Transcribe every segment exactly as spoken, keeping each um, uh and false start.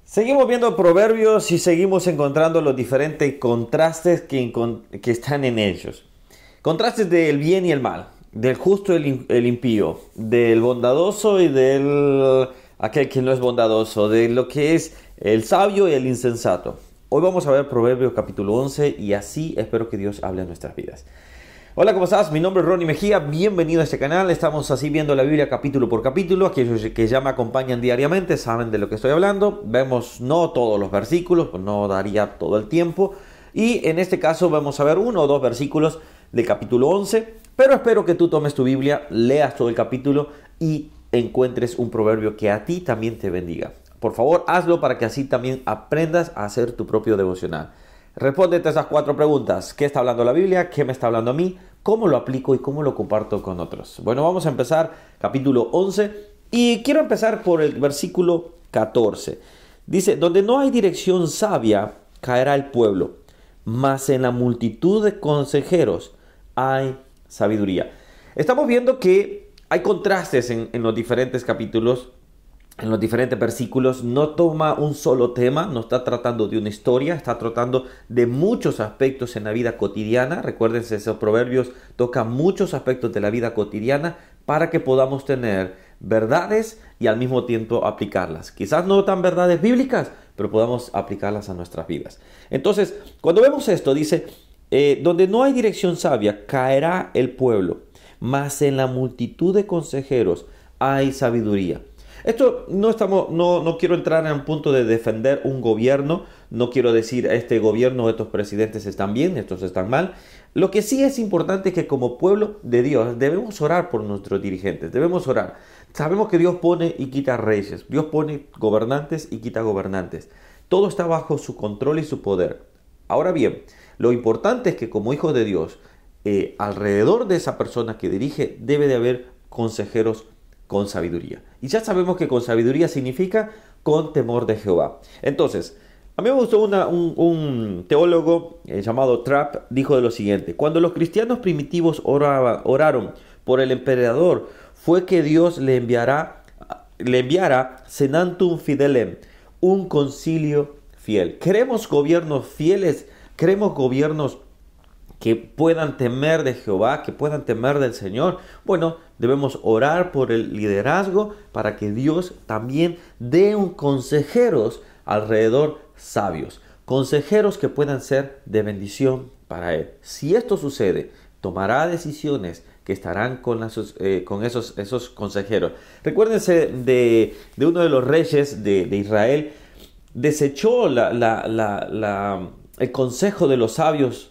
Seguimos viendo proverbios y seguimos encontrando los diferentes contrastes que, que están en ellos. Contrastes del bien y el mal, del justo y el, el impío, del bondadoso y del aquel que no es bondadoso, de lo que es el sabio y el insensato. Hoy vamos a ver Proverbios capítulo once y así espero que Dios hable en nuestras vidas. Hola, ¿cómo estás? Mi nombre es Ronnie Mejía, bienvenido a este canal. Estamos así viendo la Biblia capítulo por capítulo. Aquellos que ya me acompañan diariamente saben de lo que estoy hablando. Vemos no todos los versículos, pues no daría todo el tiempo. Y en este caso vamos a ver uno o dos versículos del capítulo once. Pero espero que tú tomes tu Biblia, leas todo el capítulo y encuentres un proverbio que a ti también te bendiga. Por favor, hazlo para que así también aprendas a hacer tu propio devocional. Respóndete a esas cuatro preguntas. ¿Qué está hablando la Biblia? ¿Qué me está hablando a mí? ¿Cómo lo aplico y cómo lo comparto con otros? Bueno, vamos a empezar capítulo once y quiero empezar por el versículo catorce. Dice, donde no hay dirección sabia, caerá el pueblo, mas en la multitud de consejeros hay sabiduría. Estamos viendo que hay contrastes en, en los diferentes capítulos. En los diferentes versículos no toma un solo tema, no está tratando de una historia, está tratando de muchos aspectos en la vida cotidiana. Recuérdense, esos proverbios tocan muchos aspectos de la vida cotidiana para que podamos tener verdades y al mismo tiempo aplicarlas. Quizás no tan verdades bíblicas, pero podamos aplicarlas a nuestras vidas. Entonces, cuando vemos esto, dice, eh, donde no hay dirección sabia, caerá el pueblo, mas en la multitud de consejeros hay sabiduría. Esto no estamos, no, no quiero entrar en un punto de defender un gobierno, no quiero decir este gobierno, estos presidentes están bien, estos están mal. Lo que sí es importante es que como pueblo de Dios debemos orar por nuestros dirigentes, debemos orar. Sabemos que Dios pone y quita reyes, Dios pone gobernantes y quita gobernantes. Todo está bajo su control y su poder. Ahora bien, lo importante es que como hijos de Dios, eh, alrededor de esa persona que dirige debe de haber consejeros con sabiduría. Y ya sabemos que con sabiduría significa con temor de Jehová. Entonces, a mí me gustó una, un, un teólogo eh, llamado Trapp, dijo de lo siguiente: cuando los cristianos primitivos oraba, oraron por el emperador, fue que Dios le enviará, le enviara Senantum Fidelem, un concilio fiel. Queremos gobiernos fieles, queremos gobiernos que puedan temer de Jehová, que puedan temer del Señor. Bueno, debemos orar por el liderazgo para que Dios también dé un consejeros alrededor sabios, consejeros que puedan ser de bendición para Él. Si esto sucede, tomará decisiones que estarán con, las, eh, con esos, esos consejeros. Recuérdense de, de uno de los reyes de, de Israel, desechó la, la, la, la, el consejo de los sabios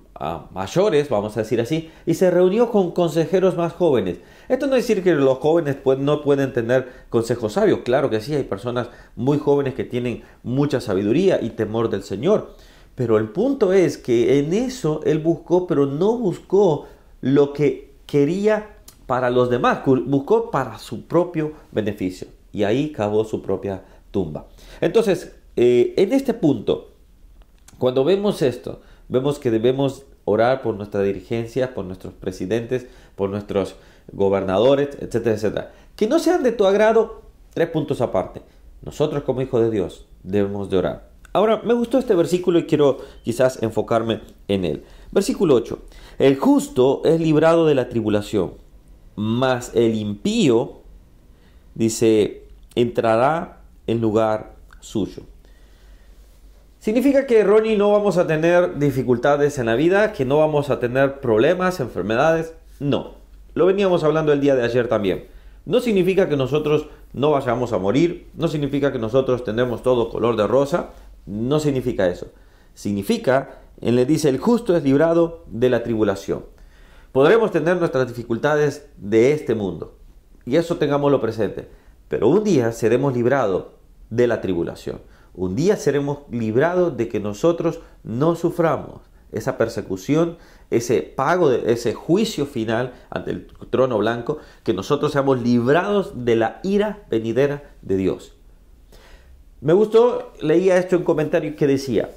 a mayores, vamos a decir así, y se reunió con consejeros más jóvenes. Esto no es decir que los jóvenes pues, no pueden tener consejos sabios. Claro que sí, hay personas muy jóvenes que tienen mucha sabiduría y temor del Señor. Pero el punto es que en eso él buscó, pero no buscó lo que quería para los demás, buscó para su propio beneficio. Y ahí cavó su propia tumba. Entonces, eh, en este punto, cuando vemos esto, vemos que debemos orar por nuestra dirigencia, por nuestros presidentes, por nuestros gobernadores, etcétera, etcétera. Que no sean de tu agrado, tres puntos aparte. Nosotros como hijos de Dios debemos de orar. Ahora, me gustó este versículo y quiero quizás enfocarme en él. Versículo ocho. El justo es librado de la tribulación, mas el impío, dice, entrará en lugar suyo. ¿Significa que, Ronnie, no vamos a tener dificultades en la vida? ¿Que no vamos a tener problemas, enfermedades? No. Lo veníamos hablando el día de ayer también. No significa que nosotros no vayamos a morir. No significa que nosotros tendremos todo color de rosa. No significa eso. Significa, él le dice, el justo es librado de la tribulación. Podremos tener nuestras dificultades de este mundo. Y eso tengámoslo presente. Pero un día seremos librados de la tribulación. Un día seremos librados de que nosotros no suframos esa persecución, ese pago, de, ese juicio final ante el trono blanco, que nosotros seamos librados de la ira venidera de Dios. Me gustó, leía esto en un comentario que decía,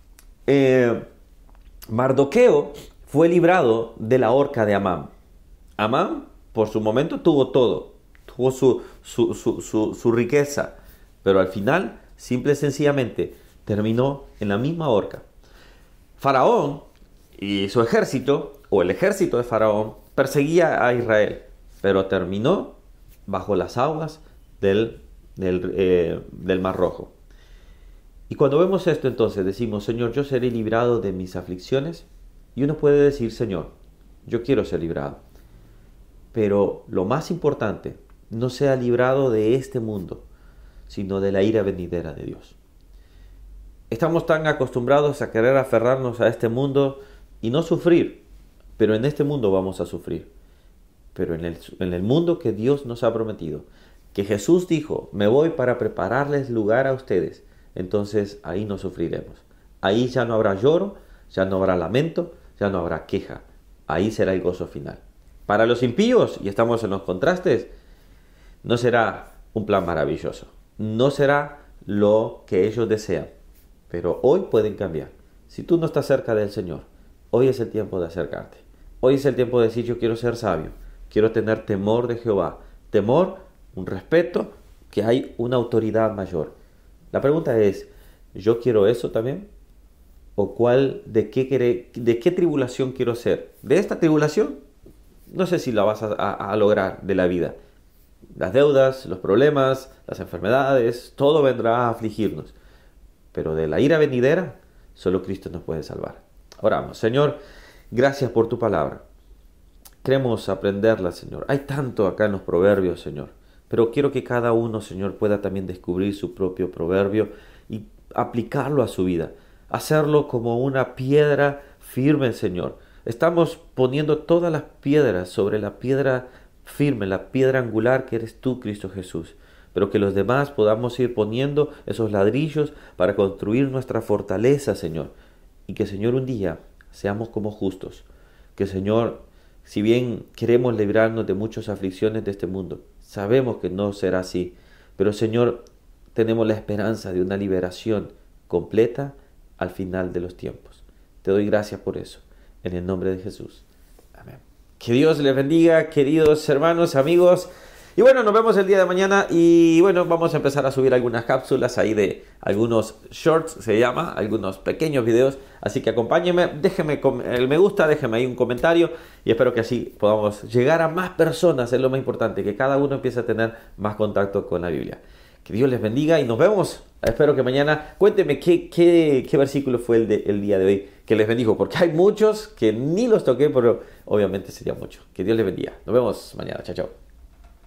eh, Mardoqueo fue librado de la horca de Amán. Amán, por su momento, tuvo todo, tuvo su, su, su, su, su riqueza, pero al final simple y sencillamente terminó en la misma horca. Faraón y su ejército, o el ejército de Faraón, perseguía a Israel, pero terminó bajo las aguas del, del, eh, del Mar Rojo. Y cuando vemos esto, entonces decimos, Señor, yo seré librado de mis aflicciones. Y uno puede decir, Señor, yo quiero ser librado. Pero lo más importante, no sea librado de este mundo, sino de la ira venidera de Dios. Estamos tan acostumbrados a querer aferrarnos a este mundo y no sufrir, pero en este mundo vamos a sufrir. Pero en el, en el mundo que Dios nos ha prometido, que Jesús dijo, me voy para prepararles lugar a ustedes, entonces ahí no sufriremos. Ahí ya no habrá lloro, ya no habrá lamento, ya no habrá queja. Ahí será el gozo final. Para los impíos, y estamos en los contrastes, no será un plan maravilloso. No será lo que ellos desean. Pero hoy pueden cambiar. Si tú no estás cerca del Señor, hoy es el tiempo de acercarte. Hoy es el tiempo de decir, yo quiero ser sabio. Quiero tener temor de Jehová. Temor, un respeto, que hay una autoridad mayor. La pregunta es, ¿yo quiero eso también? ¿O cuál, de qué, queré, de qué tribulación quiero ser? ¿De esta tribulación? No sé si la vas a, a, a lograr de la vida. Las deudas, los problemas, las enfermedades, todo vendrá a afligirnos. Pero de la ira venidera, solo Cristo nos puede salvar. Oramos. Señor, gracias por tu palabra. Queremos aprenderla, Señor. Hay tanto acá en los proverbios, Señor. Pero quiero que cada uno, Señor, pueda también descubrir su propio proverbio y aplicarlo a su vida. Hacerlo como una piedra firme, Señor. Estamos poniendo todas las piedras sobre la piedra firme, la piedra angular que eres tú, Cristo Jesús. Pero que los demás podamos ir poniendo esos ladrillos para construir nuestra fortaleza, Señor. Y que, Señor, un día seamos como justos. Que, Señor, si bien queremos librarnos de muchas aflicciones de este mundo, sabemos que no será así. Pero, Señor, tenemos la esperanza de una liberación completa al final de los tiempos. Te doy gracias por eso. En el nombre de Jesús. Amén. Que Dios les bendiga, queridos hermanos, amigos. Y bueno, nos vemos el día de mañana y bueno, vamos a empezar a subir algunas cápsulas ahí de algunos shorts, se llama, algunos pequeños videos. Así que acompáñenme, déjenme el me gusta, déjenme ahí un comentario y espero que así podamos llegar a más personas. Es lo más importante, que cada uno empiece a tener más contacto con la Biblia. Que Dios les bendiga y nos vemos. Espero que mañana, cuéntenme qué, qué, qué versículo fue el, de, el día de hoy que les bendijo, porque hay muchos que ni los toqué, pero obviamente sería mucho. Que Dios les bendiga. Nos vemos mañana. Chao, chao.